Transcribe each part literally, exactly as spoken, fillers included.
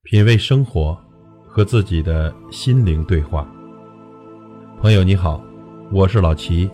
品味生活，和自己的心灵对话。朋友你好，我是老齐。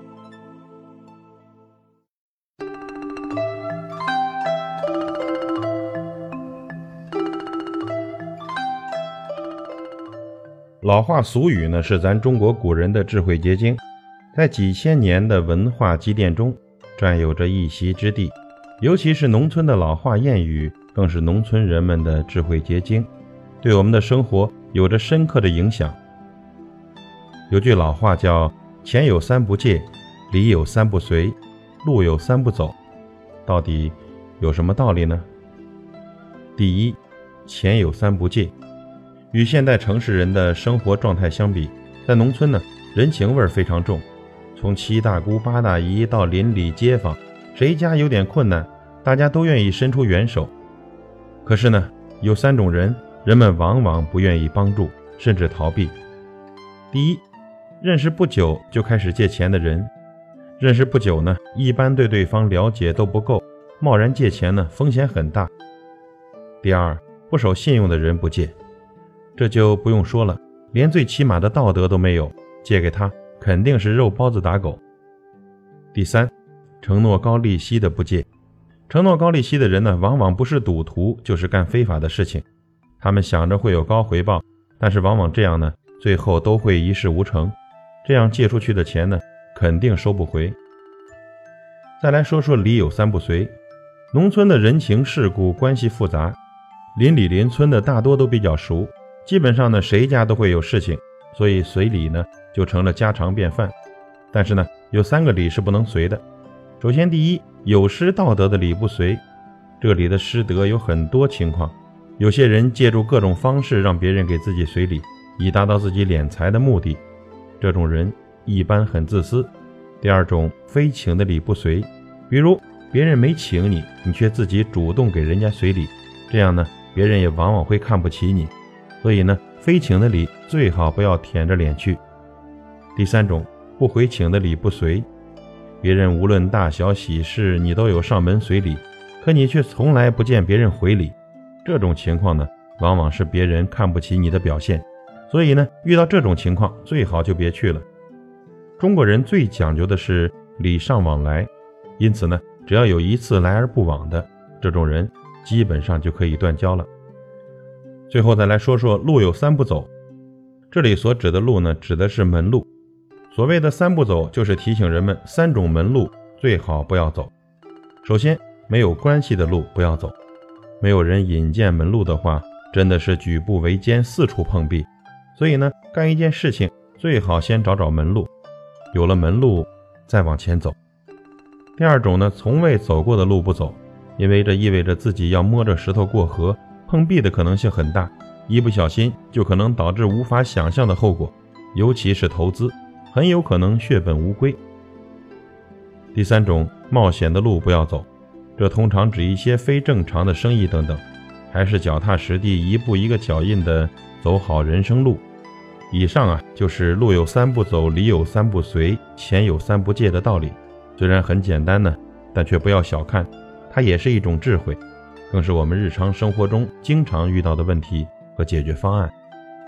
老话俗语呢，是咱中国古人的智慧结晶，在几千年的文化积淀中占有着一席之地。尤其是农村的老话谚语，更是农村人们的智慧结晶，对我们的生活有着深刻的影响。有句老话叫钱有三不借，礼有三不随，路有三不走。到底有什么道理呢？第一，钱有三不借。与现代城市人的生活状态相比，在农村呢，人情味非常重，从七大姑八大姨到邻里街坊，谁家有点困难，大家都愿意伸出援手。可是呢，有三种人，人们往往不愿意帮助，甚至逃避。第一，认识不久就开始借钱的人。认识不久呢，一般对对方了解都不够，贸然借钱呢，风险很大。第二，不守信用的人不借，这就不用说了，连最起码的道德都没有，借给他肯定是肉包子打狗。第三，承诺高利息的不借。承诺高利息的人呢，往往不是赌徒，就是干非法的事情。他们想着会有高回报，但是往往这样呢，最后都会一事无成。这样借出去的钱呢，肯定收不回。再来说说礼有三不随。农村的人情世故关系复杂，邻里邻村的大多都比较熟，基本上呢，谁家都会有事情，所以随礼呢，就成了家常便饭。但是呢，有三个礼是不能随的。首先，第一，有失道德的礼不随。这里的失德有很多情况，有些人借助各种方式让别人给自己随礼，以达到自己敛财的目的，这种人一般很自私。第二种，非请的礼不随，比如别人没请你，你却自己主动给人家随礼，这样呢，别人也往往会看不起你。所以呢，非请的礼最好不要舔着脸去。第三种，不回请的礼不随。别人无论大小喜事，你都有上门随礼，可你却从来不见别人回礼。这种情况呢，往往是别人看不起你的表现。所以呢，遇到这种情况，最好就别去了。中国人最讲究的是礼尚往来，因此呢，只要有一次来而不往的，这种人基本上就可以断交了。最后再来说说路有三不走。这里所指的路呢，指的是门路。所谓的三不走，就是提醒人们三种门路最好不要走。首先，没有关系的路不要走。没有人引荐门路的话，真的是举步维艰，四处碰壁。所以呢，干一件事情最好先找找门路，有了门路再往前走。第二种呢，从未走过的路不走，因为这意味着自己要摸着石头过河，碰壁的可能性很大，一不小心就可能导致无法想象的后果，尤其是投资，很有可能血本无归。第三种，冒险的路不要走，这通常指一些非正常的生意等等，还是脚踏实地，一步一个脚印的走好人生路。以上啊，就是路有三不走，礼有三不随，钱有三不借的道理。虽然很简单呢，但却不要小看，它也是一种智慧，更是我们日常生活中经常遇到的问题和解决方案。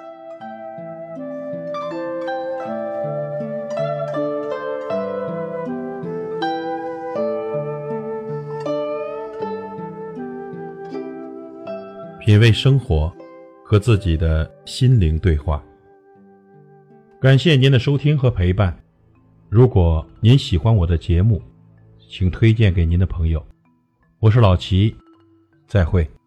品味生活，和自己的心灵对话。感谢您的收听和陪伴。如果您喜欢我的节目，请推荐给您的朋友。我是老齐，再会。